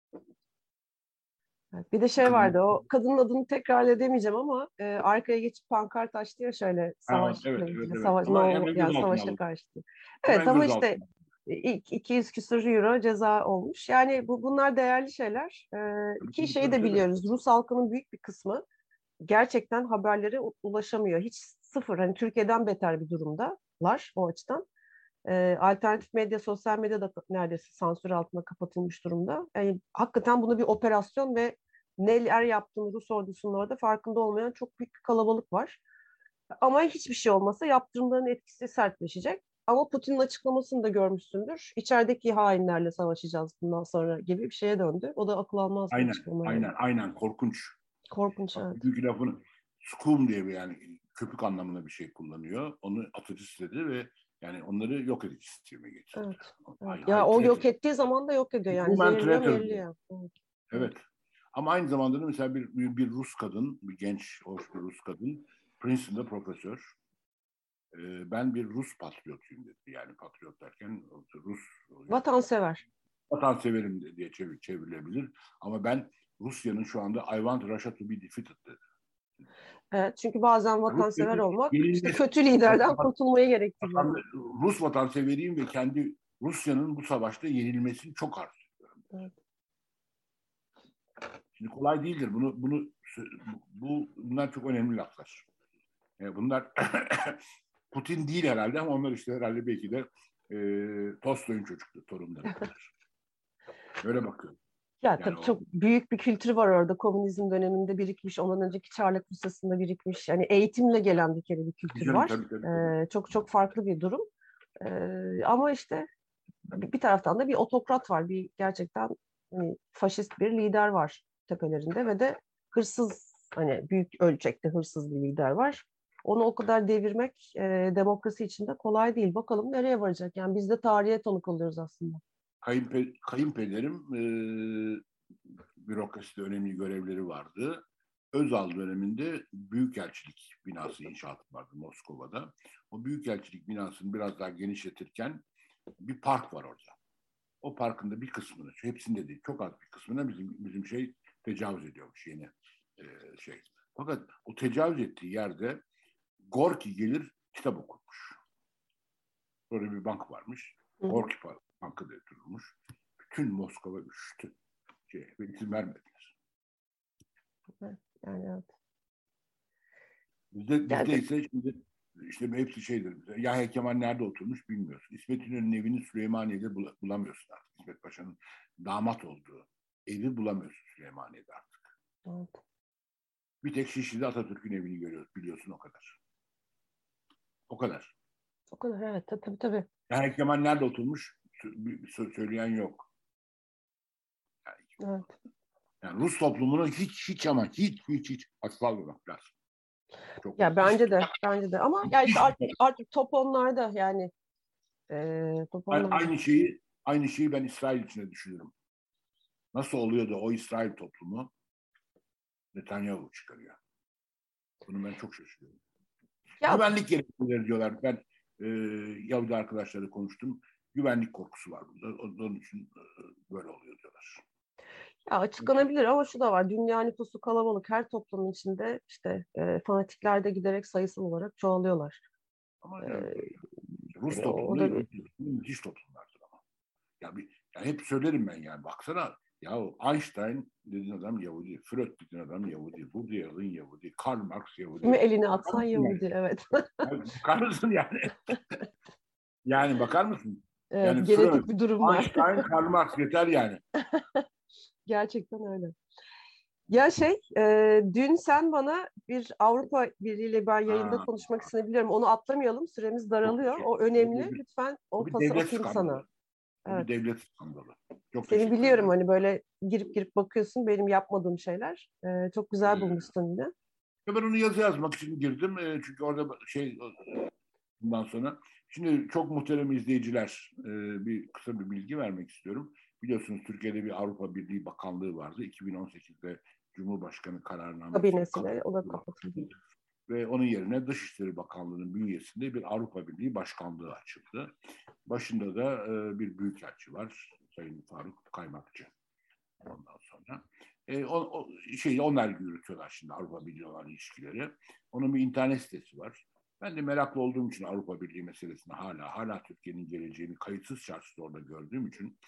Evet. Bir de şey vardı Kadın, o kadının adını tekrar edemeyeceğim ama arkaya geçip pankart açtı ya şöyle savaşla ilgili. evet. Savaş, Ama hemen yani gözaltına savaşa alındı. karşı. Evet Hemen ama gözaltına işte alındı. ilk 200 küsur euro ceza olmuş. Yani bunlar değerli şeyler. Ki şeyi de Tabii. biliyoruz. Rus halkının büyük bir kısmı gerçekten haberlere ulaşamıyor. Hiç sıfır. Hani Türkiye'den beter bir durumdalar o açıdan. Alternatif medya, sosyal medya da neredeyse sansür altında kapatılmış durumda. Yani hakikaten bunu bir operasyon ve neler yaptığını Rus ordusunun orada farkında olmayan çok büyük bir kalabalık var. Ama hiçbir şey olmasa yaptırımların etkisi sertleşecek. Ama Putin'in açıklamasını da görmüşsündür. İçerideki hainlerle savaşacağız bundan sonra gibi bir şeye döndü. O da akıl almaz bir açıklama yani. Aynen, korkunç. Korkunç Bak, evet. bugünkü lafını skum diye bir, yani köpük anlamında bir şey kullanıyor. Onu atıcı istedi ve yani onları yok edici sisteme getirdi. Evet. Evet. Ya o Traitor. yok ettiği zaman da yok ediyor yani Human zehirliyor traitor diyor. meyirliyor. Evet. Evet. Evet. Ama aynı zamanda da mesela bir Rus kadın, bir genç, hoş bir Rus kadın, Princeton'da profesör. Ben bir Rus patriotuyum dedi. Yani patriot derken Rus, yani Vatansever. vatanseverim diye çevrilebilir. Ama ben Rusya'nın şu anda I want Russia to be defeated dedi. Evet, çünkü bazen vatansever Rusya'nın olmak işte yenilmesi, kötü liderden kurtulmayı gerektiriyor. Rus vatanseveriyim ve kendi Rusya'nın bu savaşta yenilmesini çok arzu ediyorum. Evet. Şimdi kolay değildir. Bunlar çok önemli laflar. Bunlar Putin değil herhalde, ama onlar işte herhalde belki de Tolstoy'un torunları bunlar. Öyle bakıyorum. Ya Yani tabii çok büyük bir kültürü var orada. Komünizm döneminde birikmiş, ondan önceki Çarlık Rusyası'nda birikmiş. Yani eğitimle gelen bir kere bir kültür canım, var. tabii. Çok çok farklı bir durum. Ama işte bir taraftan da bir otokrat var. Bir gerçekten hani, faşist bir lider var tepelerinde ve de hırsız hani büyük ölçekte hırsız bir lider var. Onu o kadar devirmek demokrasi içinde kolay değil. Bakalım nereye varacak? Yani biz de tarihe tanık oluyoruz aslında. Kayınpederim bürokraside önemli görevleri vardı. Özal döneminde Büyükelçilik binası inşaatı vardı Moskova'da. O Büyükelçilik binasını biraz daha genişletirken bir park var orada. O parkın da bir kısmını, hepsinde değil, çok az bir kısmına bizim tecavüz ediyormuş yeni şey. Fakat o tecavüz ettiği yerde Gorki gelir kitap okurmuş. Böyle bir bank varmış. Hı hı. Gorki Bankı diye durulmuş. Bütün Moskova üşütü. Ve izin vermediler. Evet, yani evet. Bizde Yani ise şimdi işte hepsi şeydir. Yahya Kemal nerede oturmuş bilmiyorsun. İsmet İnönü'nün evini Süleymaniye'de bulamıyorsun artık. İsmet Paşa'nın damat olduğu evi bulamıyorsun Süleymaniye'de artık. Evet. Bir tek Şişli'de Atatürk'ün evini görüyoruz. Biliyorsun o kadar. O kadar. O kadar, evet. Tabii. Yahya Kemal nerede oturmuş söyleyen yok. Evet. Yani Rus toplumunu hiç ama hiç asla olmak lazım. Çok Ya bence de ama ya işte artık top onlarda yani top onlarda. Aynı şeyi ben İsrail için de düşünüyorum. Nasıl oluyor da o İsrail toplumu Netanyahu çıkarıyor. Bunu ben çok şaşırıyorum. Ya Güvenlik gerekçeleri diyorlar. Ben Yahudi arkadaşlarla konuştum. Güvenlik korkusu var burada. Onun için böyle oluyor diyorlar. Ya açıklanabilir ama şu da var. Dünya nüfusu kalabalık. Her toplumun içinde işte fanatikler de giderek sayısal olarak çoğalıyorlar. Ama E, yani, Rus Yani o da toplumu bir müthiş toplumlardır ama. Yani hep söylerim ben yani. Baksana ya Einstein dediğin adam Yahudi. Freud dediğin adam Yahudi. Woody Allen Yahudi. Karl Marx kimi Yahudi. eline Bakar atsan mısın yani? Yahudi. Evet. Bakar mısın yani? Yani bakar mısın? Evet, Yani Freud, genetik bir durum var. Einstein, Karl Marx yeter yani. Gerçekten öyle. Ya dün sen bana bir Avrupa Birliği ile ben yayında Ha, konuşmak istedim. Onu atlamayalım. Süremiz çok daralıyor. şey. O önemli. Lütfen o O bir pası devlet atayım sana. skandalı. O bir Evet. devlet skandalı. Çok Seni teşekkür biliyorum ederim. hani böyle girip bakıyorsun benim yapmadığım şeyler. Çok güzel Ee, bulmuşsun yine. ben onu yazı yazmak için girdim. Çünkü orada bundan sonra. Şimdi çok muhterem izleyiciler kısa bir bilgi vermek istiyorum. Biliyorsunuz Türkiye'de bir Avrupa Birliği Bakanlığı vardı. 2018'de Cumhurbaşkanı kararnamesiyle Kabinesine o da kapatıldı. kapatıldı. Ve onun yerine Dışişleri Bakanlığı'nın bünyesinde bir Avrupa Birliği Başkanlığı açıldı. Başında da bir büyükelçi var, Sayın Faruk Kaymakçı. Ondan sonra onlar yürütüyorlar şimdi Avrupa Birliği olan ilişkileri. Onun bir internet sitesi var. Ben de meraklı olduğum için Avrupa Birliği meselesine hala Türkiye'nin geleceğini kayıtsız şartsız orada gördüğüm için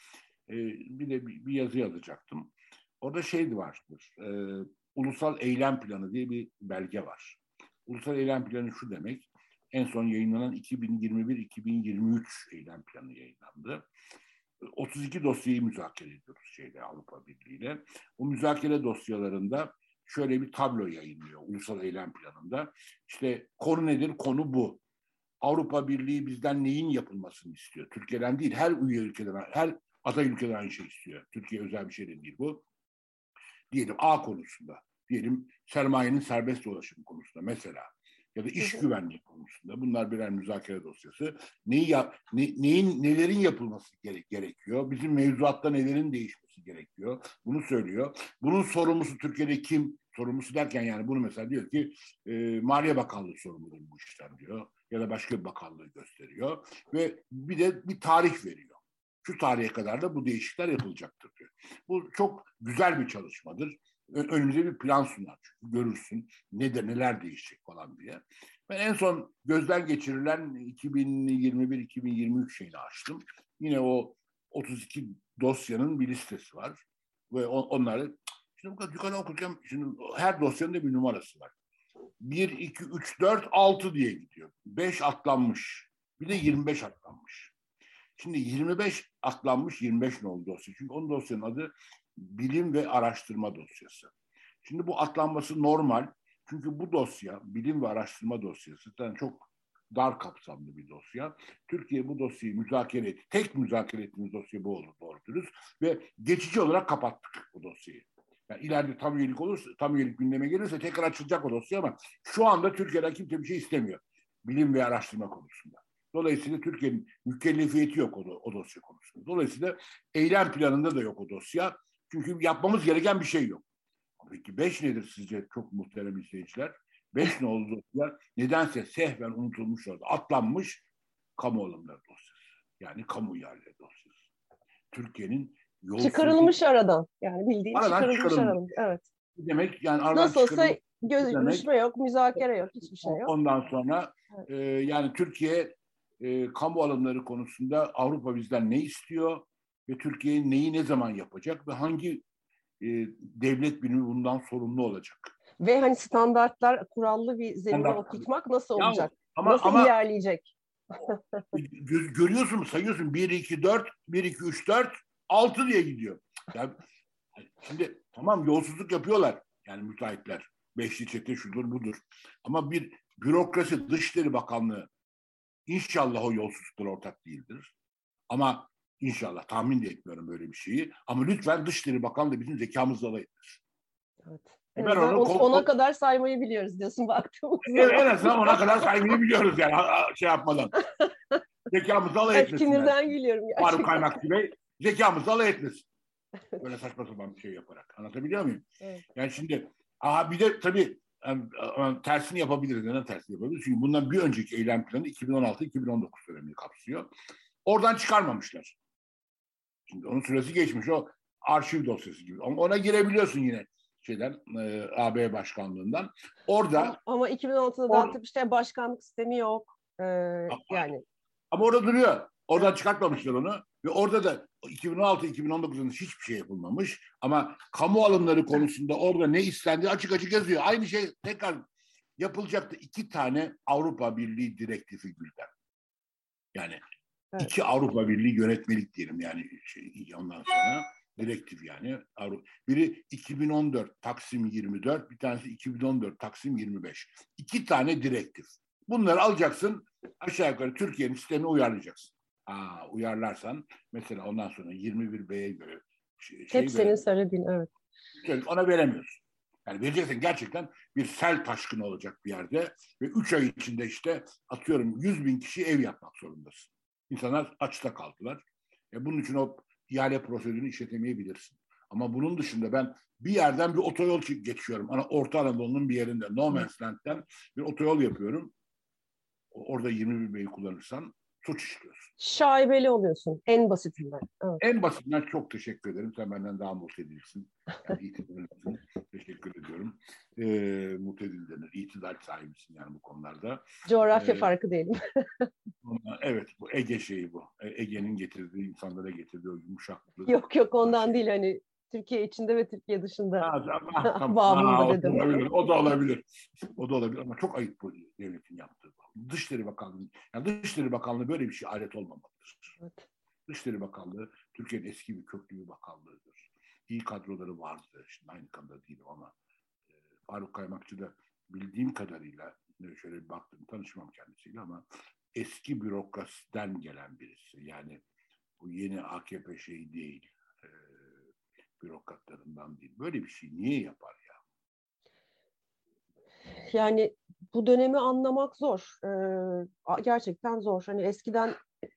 bir yazı yazacaktım. Orada vardır. Ulusal Eylem Planı diye bir belge var. Ulusal Eylem Planı şu demek. En son yayınlanan 2021-2023 eylem planı yayınlandı. 32 dosyayı müzakere ediyoruz Avrupa Birliği ile. O müzakere dosyalarında şöyle bir tablo yayınlıyor Ulusal Eylem Planı'nda. İşte konu nedir? Konu bu. Avrupa Birliği bizden neyin yapılmasını istiyor? Türkiye'den değil, her üye ülkeden, her aday ülkeden aynı şey istiyor. Türkiye özel bir şey de değil bu. Diyelim A konusunda, diyelim sermayenin serbest dolaşımı konusunda mesela ya da iş güvenliği konusunda bunlar birer müzakere dosyası. Nelerin yapılması gerekiyor? Bizim mevzuatta nelerin değişmesi gerekiyor? Bunu söylüyor. Bunun sorumlusu Türkiye'de kim? Sorumlusu derken yani bunu mesela diyor ki Maliye Bakanlığı sorumludur bu işten diyor. Ya da başka bir bakanlığı gösteriyor. Ve bir de bir tarih veriyor. Şu tarihe kadar da bu değişiklikler yapılacaktır diyor. Bu çok güzel bir çalışmadır. Önümüze bir plan sunar. Çünkü görürsün neler değişecek falan diye. Ben en son gözden geçirilen 2021-2023 şeyini açtım. Yine o 32 dosyanın bir listesi var. Ve onları şimdi bu kadar yukarı okurken şimdi her dosyanın da bir numarası var. 1, 2, 3, 4, 6 diye gidiyor. 5 atlanmış. Bir de 25 atlanmış. Şimdi 25 atlanmış, 25 nolu dosya. Çünkü onun dosyanın adı bilim ve araştırma dosyası. Şimdi bu atlanması normal. Çünkü bu dosya, bilim ve araştırma dosyası zaten çok dar kapsamlı bir dosya. Türkiye bu dosyayı müzakere etti. Tek müzakere ettiğimiz dosya bu olur doğru dürüst. Ve geçici olarak kapattık bu dosyayı. Yani ileride tam üyelik olursa, tam üyelik gündeme gelirse tekrar açılacak o dosya ama şu anda Türkiye'den kimse bir şey istemiyor. Bilim ve araştırma konusunda. Dolayısıyla Türkiye'nin mükellefiyeti yok o dosya konusunda. Dolayısıyla eylem planında da yok o dosya. Çünkü yapmamız gereken bir şey yok. Peki 5 nedir sizce çok muhterem izleyiciler? 5 ne oldu dosyalar? Nedense sehven unutulmuş orada. Atlanmış kamu alımları dosyası. Yani kamu yerleri dosyası. Türkiye'nin Çıkarılmış aradan. Yani bildiğin aradan çıkarılmış çıkarılmış. aradan. Evet. Demek yani aradan Nasılsa çıkarılmış demek görüşme yok, müzakere yok, hiçbir şey yok. ondan sonra Evet. yani Türkiye kamu alımları konusunda Avrupa bizden ne istiyor ve Türkiye neyi ne zaman yapacak ve hangi devlet birimi bundan sorumlu olacak? Ve hani standartlar, kurallı bir zemine Standart. oturtmak nasıl Ya olacak? Nasıl ilerleyecek? Görüyorsun, sayıyorsun 1, 2, 4, 1, 2, 3, 4, 6 diye gidiyor. Yani, şimdi tamam yolsuzluk yapıyorlar yani müteahhitler. Beşli çete şudur budur. Ama bir bürokrasi, Dışişleri Bakanlığı inşallah o yolsuzluklara ortak değildir. Ama inşallah tahmin de etmiyorum böyle bir şeyi. Ama lütfen Dışişleri Bakanlığı bizim zekamızla alay etmez. Evet. Ben azından onu ona kadar saymayı biliyoruz diyorsun baktığımız en zaman. azından ona kadar saymayı biliyoruz yani şey yapmadan. Zekamızla alay Evet, etmesinler. sinirden gülüyorum Faruk gerçekten. Kaymakçı Bey zekamızla alay etmesin. Böyle saçma sapan bir şey yaparak. Anlatabiliyor muyum? Evet. Yani şimdi bir de tabii tersini yapabiliriz. Neden tersini yapabiliriz? Çünkü bundan bir önceki eylem planı 2016-2019 dönemini kapsıyor. Oradan çıkarmamışlar. Şimdi onun süresi geçmiş. O arşiv dosyası gibi. Ona girebiliyorsun yine şeyden AB başkanlığından. Orada ama 2016'da daha tabii işte başkanlık sistemi yok. Yani ama orada duruyor. Oradan çıkartmamışlar onu. Ve orada da 2016-2019'da hiçbir şey yapılmamış. Ama kamu alımları konusunda orada ne istendiği açık açık yazıyor. Aynı şey tekrar yapılacaktı. 2 tane Avrupa Birliği direktifi Gülden. Yani evet. 2 Avrupa Birliği yönetmelik diyelim yani ondan sonra direktif yani. Biri 2014 Taksim 24, bir tanesi 2014 Taksim 25. 2 tane direktif. Bunları alacaksın, aşağı yukarı Türkiye'nin sistemine uyarlayacaksın. Uyarlarsan mesela ondan sonra 21B'ye göre Hep senin söylediğin, evet. Ona veremiyorsun. Yani vereceksen gerçekten bir sel taşkını olacak bir yerde ve 3 ay içinde işte atıyorum 100.000 kişi ev yapmak zorundasın. İnsanlar açta kaldılar. Bunun için o ihale prosedürünü işletemeyebilirsin. Ama bunun dışında ben bir yerden bir otoyol geçiyorum. Orta Anadolu'nun bir yerinde No Man's Land'den bir otoyol yapıyorum. Orada 21B'yi kullanırsan suç işliyorsun. Şaibeli oluyorsun en basitinden. Evet. En basitinden çok teşekkür ederim. Sen benden daha mutlu edilsin. Yani itibarlısın. Teşekkür ediyorum. Mutlu edildiğiniz, itidal sahibisin yani bu konularda. Coğrafya farkı diyelim. Evet, bu Ege şeyi bu. Ege'nin getirdiği, insanlara getirdiği o yumuşaklık. Yok ondan değil, hani Türkiye içinde ve Türkiye dışında Tamam. babında dedim. O da olabilir. O da olabilir ama çok ayıp bu devletin yaptığı. Dışişleri Bakanlığı, yani Dışişleri Bakanlığı böyle bir şey alet olmamalıdır. Evet. Dışişleri Bakanlığı Türkiye'nin eski bir köklü bir bakanlığıdır. İyi kadroları vardı. Şimdi aynı kadro değilim ama Faruk Kaymakçı da bildiğim kadarıyla şöyle bir baktım, tanışmam kendisiyle ama eski bürokrasiden gelen birisi. Yani bu yeni AKP şeyi değil, bürokratlarından değil. Böyle bir şey niye yapar ya? Yani bu dönemi anlamak zor. Gerçekten zor. Hani eskiden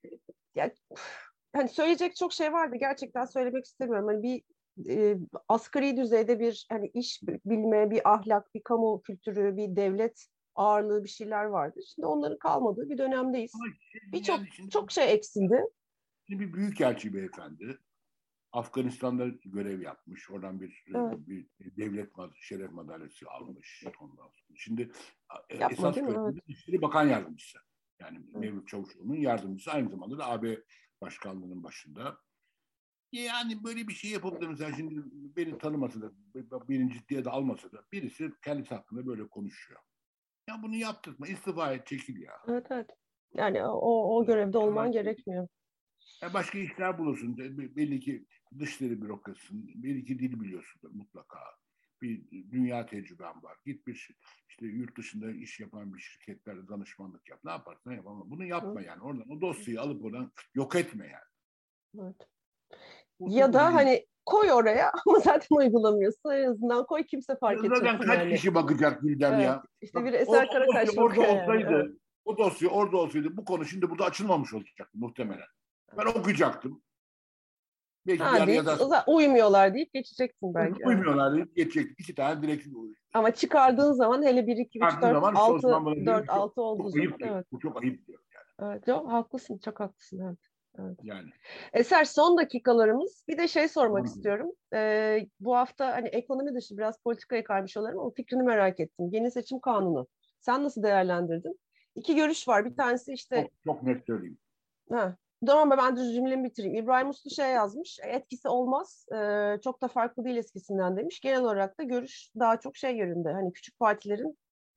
hani söyleyecek çok şey vardı. Gerçekten söylemek istemiyorum. Hani bir asgari düzeyde bir hani iş bilme, bir ahlak, bir kamu kültürü, bir devlet ağırlığı bir şeyler vardı. Şimdi onların kalmadığı bir dönemdeyiz. Birçok Yani şimdi, çok şey eksildi. şimdi bir büyükelçi beyefendi Afganistan'da görev yapmış. Oradan Evet. bir devlet şeref madalyası almış. Ondan sonra. Şimdi Yapma esas değil mi? görevi Evet. Dışişleri Bakan Yardımcısı. Yani Evet. Mevlüt Çavuşoğlu'nun yardımcısı. Aynı zamanda da AB Başkanlığı'nın başında. Yani böyle bir şey yapıp da mesela şimdi beni tanımasa da, beni ciddiye de almasa da birisi kendisi hakkında böyle konuşuyor. Ya bunu yaptırma, istifa et, çekil ya. Evet, evet. Yani o görevde olman gerekmiyor. Ya başka işler bulursun. Belli ki dışişleri bürokrasisinin, belli ki dil biliyorsundur mutlaka. Bir dünya tecrüben var. Git işte yurt dışında iş yapan bir şirketlerde danışmanlık yap. Ne yaparsan yap ama bunu yapma Evet. yani. Oradan o dosyayı alıp oradan yok etme yani. Evet. Bu Ya çok da üzücü. hani koy oraya ama zaten uygulamıyorsun. En azından koy, kimse fark Zaten etmesin kaç yani. kişi bakacak Güldem Evet. ya? İşte Bak, bir o Eser dosya Karakaş orada bakıyor yani. Evet. olsaydı, o dosya orada olsaydı bu konu şimdi burada açılmamış olacaktı muhtemelen. Ben okuyacaktım. Belki bir Ha ara deyip yazarsın. uymuyorlar deyip geçeceksin belki. Evet. Uymuyorlar deyip geçecektik. 2 tane direkt Ama çıkardığın zaman hele 1, 2, 3, çıkardığı 4, zaman işte o 6, zaman bana diyorum 4, ki çok, 6 olduğu çok zaman ayıp diyor. evet. Bu çok ayıp diyor yani. Evet. Yok, haklısın. Çok haklısın. Evet. Evet. Yani. Eser, son dakikalarımız. Bir de şey sormak Tamam. istiyorum. Bu hafta hani ekonomi dışı biraz politikaya kaymış olalım ama fikrini merak ettim. Yeni seçim kanunu. Sen nasıl değerlendirdin? İki görüş var. Bir tanesi işte Çok net söyleyeyim. ha, tamam, ben de cümlemi bitireyim. İbrahim Uslu şey yazmış. Etkisi olmaz. Çok da farklı değil eskisinden demiş. Genel olarak da görüş daha çok şey yönünde. Hani küçük partilerin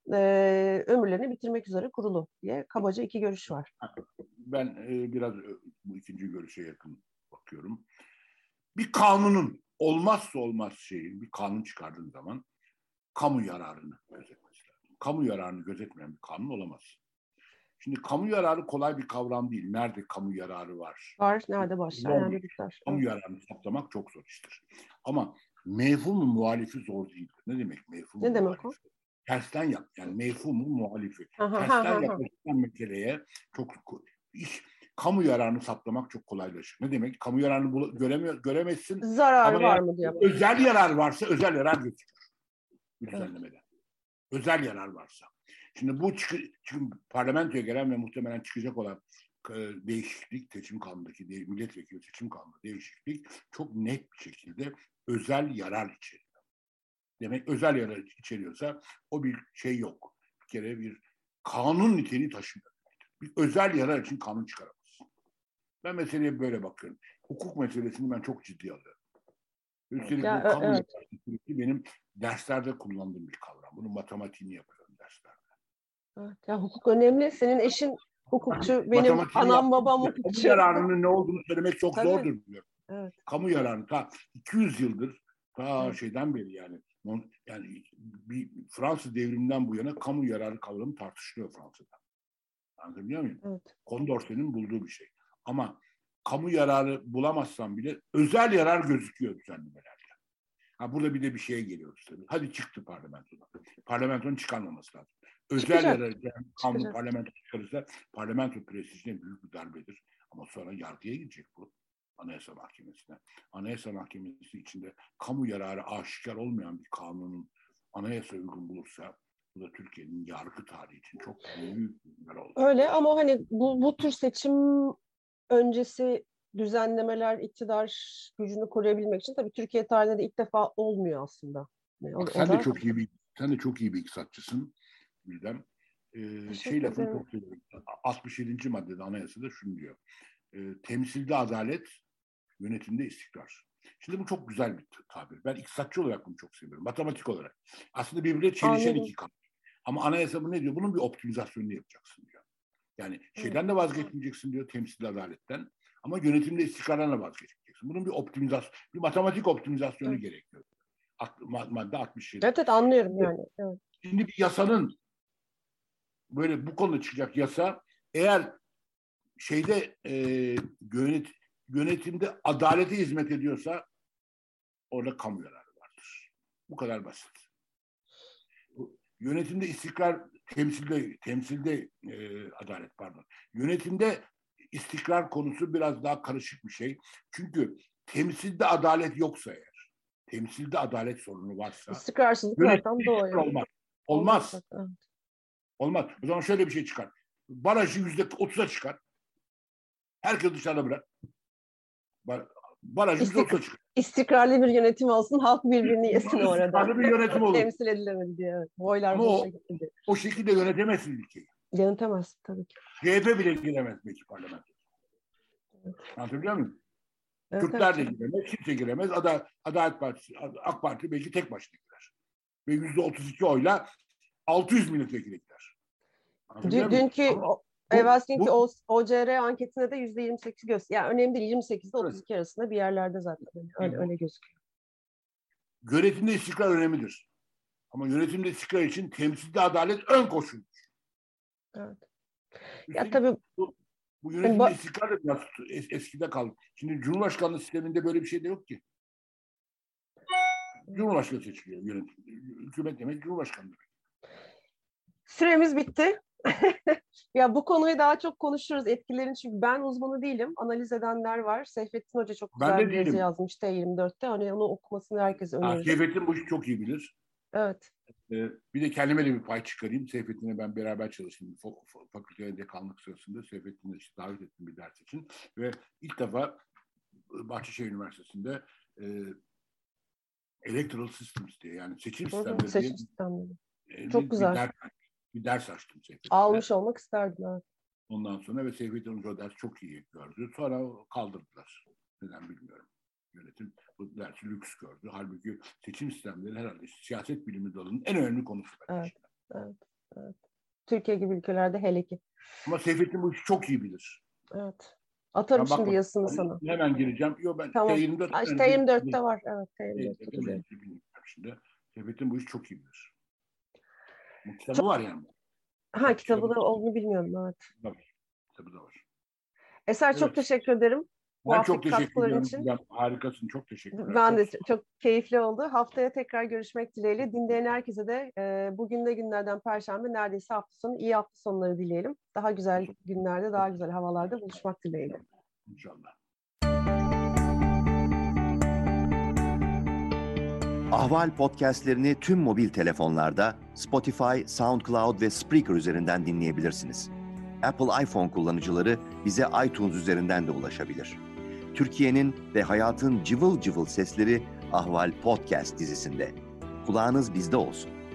ömürlerini bitirmek üzere kurulu diye kabaca iki görüş var. Ben biraz bu ikinci görüşe yakın bakıyorum. Bir kanunun olmazsa olmaz şeyi, bir kanun çıkardığın zaman kamu yararını gözetmesi lazım. Kamu yararını gözetmeyen bir kanun olamaz. Şimdi kamu yararı kolay bir kavram değil. Nerede kamu yararı var? Var, nerede başlar, nerede biter. Kamu yararını saptamak çok zor iştir. Ama mefhumu muhalifi zor değildir. Ne demek mefhumu Ne demek muhalifi? o? Tersten yap. Yani mefhumu muhalifi. Aha, Tersten yaklaşılan meseleye çok iş kamu yararını saptamak çok kolaylaşır. Ne demek? Kamu yararını göremezsin. Zararı Ama var mı diye. özel yarar varsa özel yarar gözükür. Bir Evet. düzenlemede. Özel yarar varsa. Şimdi bu çünkü parlamentoya gelen ve muhtemelen çıkacak olan değişiklik, seçim kanunundaki milletvekili seçim kanunu değişiklik çok net bir şekilde özel yarar içeriyor. Demek özel yarar içeriyorsa o bir şey yok. Bir kere bir kanun niteliği taşımıyor. Bir özel yarar için kanun çıkaramaz. Ben meseleye böyle bakıyorum. Hukuk meselesini ben çok ciddi alıyorum. Üstelik bu kamu yararı benim derslerde kullandığım bir kavram. Bunun matematiğini yapıyorum derslerde. Evet. Ya, hukuk önemli. Senin eşin hukukçu, benim anam babam hukukçu. Kamu yararının ne olduğunu söylemek çok Tabii. zordur diyor. Evet. Kamu yararı ta 200 yıldır şeyden beri yani bir Fransız devriminden bu yana kamu yararı kavramı tartışılıyor Fransa'da. Anlatabiliyor muyum? Evet. Condorcet'in bulduğu bir şey. Ama kamu yararı bulamazsan bile özel yarar gözüküyor düzenlemelerde. Burada bir de bir şeye geliyoruz tabii. Hadi çıktı parlamentodan. Parlamentonun çıkarmaması lazım. Özel yarar kanun parlamento çıkarırsa parlamento prestijine büyük bir darbedir. Ama sonra yargıya gidecek bu. Anayasa Mahkemesi'ne. Anayasa Mahkemesi içinde kamu yararı aşikar olmayan bir kanunun anayasa uygun bulursa bu da Türkiye'nin yargı tarihi için çok büyük bir yer oldu. Öyle ama hani bu tür seçim öncesi düzenlemeler iktidar gücünü koruyabilmek için tabii Türkiye tarihinde de ilk defa olmuyor aslında. Bak, sen de çok iyi bir iktisatçısın Gülden. Şey lafını çok seviyorum. 67. maddede anayasada şunu diyor. Temsilde adalet, yönetimde istikrar. Şimdi bu çok güzel bir tabir. Ben iktisatçı olarak bunu çok seviyorum. Matematik olarak. Aslında birbirine çelişen iki kavram. Ama anayasa bu ne diyor? Bunun bir optimizasyonunu yapacaksın diyor. Yani şeyden de vazgeçmeyeceksin diyor, temsilde adaletten. Ama yönetimde istikrardan da vazgeçmeyeceksin. Bunun bir matematik optimizasyonu gerekiyor. Madde 67. Evet, anlıyorum yani. Evet. Şimdi bir yasanın böyle bu konuda çıkacak yasa eğer şeyde yönetimde adalete hizmet ediyorsa orada kamu yararı vardır. Bu kadar basit. Yönetimde istikrar, temsilde adalet pardon. Yönetimde istikrar konusu biraz daha karışık bir şey. Çünkü temsilde adalet yoksa eğer, temsilde adalet sorunu varsa istikrarsızlık zaten doğuyor. Olmaz. Evet. Olmaz. O zaman şöyle bir şey çıkar. Barajı %30'a çıkar. Herkes dışarıda bırak. Barajı %30'a çıkar. İstikrarlı bir yönetim olsun, halk birbirini yesin orada. İstikrarlı bir yönetim olur. Temsil edilemedi diye. Evet. Boylar boşa gitti. O şekilde yönetemezsin ülkeyi. Yönetemez tabii ki. CHP bile giremez belki parlamentoya. Evet. Anlatabiliyor muyum? Evet, Kürtler de giremez, kimse giremez. Adalet Partisi, AK Parti belki tek başına girer. Ve %32 oyla 600 milletvekili gider. Dünkü evvelsinki OCR anketine de %28 gösteriyor. Yani önemli değil, 28'de 32 arasında bir yerlerde zaten. Öyle gözüküyor. Yönetimde istikrar önemlidir. Ama yönetimde istikrar için temsilde adalet ön koşuldur. Evet. Ya tabii bu yönetimde istikrar da biraz eskide kaldı. Şimdi Cumhurbaşkanlığı sisteminde böyle bir şey de yok ki. Cumhurbaşkanı seçiliyor yönetim. Hükümet demek Cumhurbaşkanı demek. Süremiz bitti. Ya bu konuyu daha çok konuşuruz, etkilerini, çünkü ben uzmanı değilim. Analiz edenler var. Seyfettin Hoca çok güzel bir yazı yazmış T24'te. Hani onu okumasını herkese öneririm. Seyfettin bu işi çok iyi bilir. Evet. Bir de kendime de bir pay çıkarayım. Seyfettin'le ben beraber çalıştım. Fakültede dekanlık sırasında Seyfettin'i işte davet ettim bir ders için. Ve ilk defa Bahçeşehir Üniversitesi'nde Electoral Systems diye, yani seçim sistemleri diye çok güzel. Bir ders açtım Seyfettin'le. Almış olmak isterdim. Evet. Ondan sonra ve Seyfettin Hoca o ders çok iyi gördü. Sonra kaldırdılar. Neden bilmiyorum. Yönetim bu dersi lüks gördü. Halbuki seçim sistemleri herhalde siyaset bilimi dalının en önemli konusu. Evet. Evet. Evet. Türkiye gibi ülkelerde hele ki. Ama Seyfettin bu işi çok iyi bilir. Evet. Atarım Ben şimdi bak yazısını sana. hemen gireceğim. Yok ben Tamam. T24 Ha, işte T24'te var. Evet, T24'te duruyor. Şimdi Seyfettin bu işi çok iyi bilir. Bu kitabı Çok, var yani. ha, kitabı Kitabı da olduğunu bilmiyordum. Evet. var. Kitabı da var. Eser, çok Evet. teşekkür ederim bu Ben çok haftaki teşekkür katkıların ediyorum. için. Gizem. Harikasın. Çok teşekkürler. Ben de Çok çok keyifli oldu. Haftaya tekrar görüşmek dileğiyle. Dinleyen herkese de bugün de günlerden Perşembe, neredeyse hafta sonu, iyi hafta sonları dileyelim. Daha güzel günlerde, daha güzel havalarda buluşmak dileğiyle. İnşallah. Ahval podcastlerini tüm mobil telefonlarda Spotify, SoundCloud ve Spreaker üzerinden dinleyebilirsiniz. Apple iPhone kullanıcıları bize iTunes üzerinden de ulaşabilir. Türkiye'nin ve hayatın cıvıl cıvıl sesleri Ahval Podcast dizisinde. Kulağınız bizde olsun.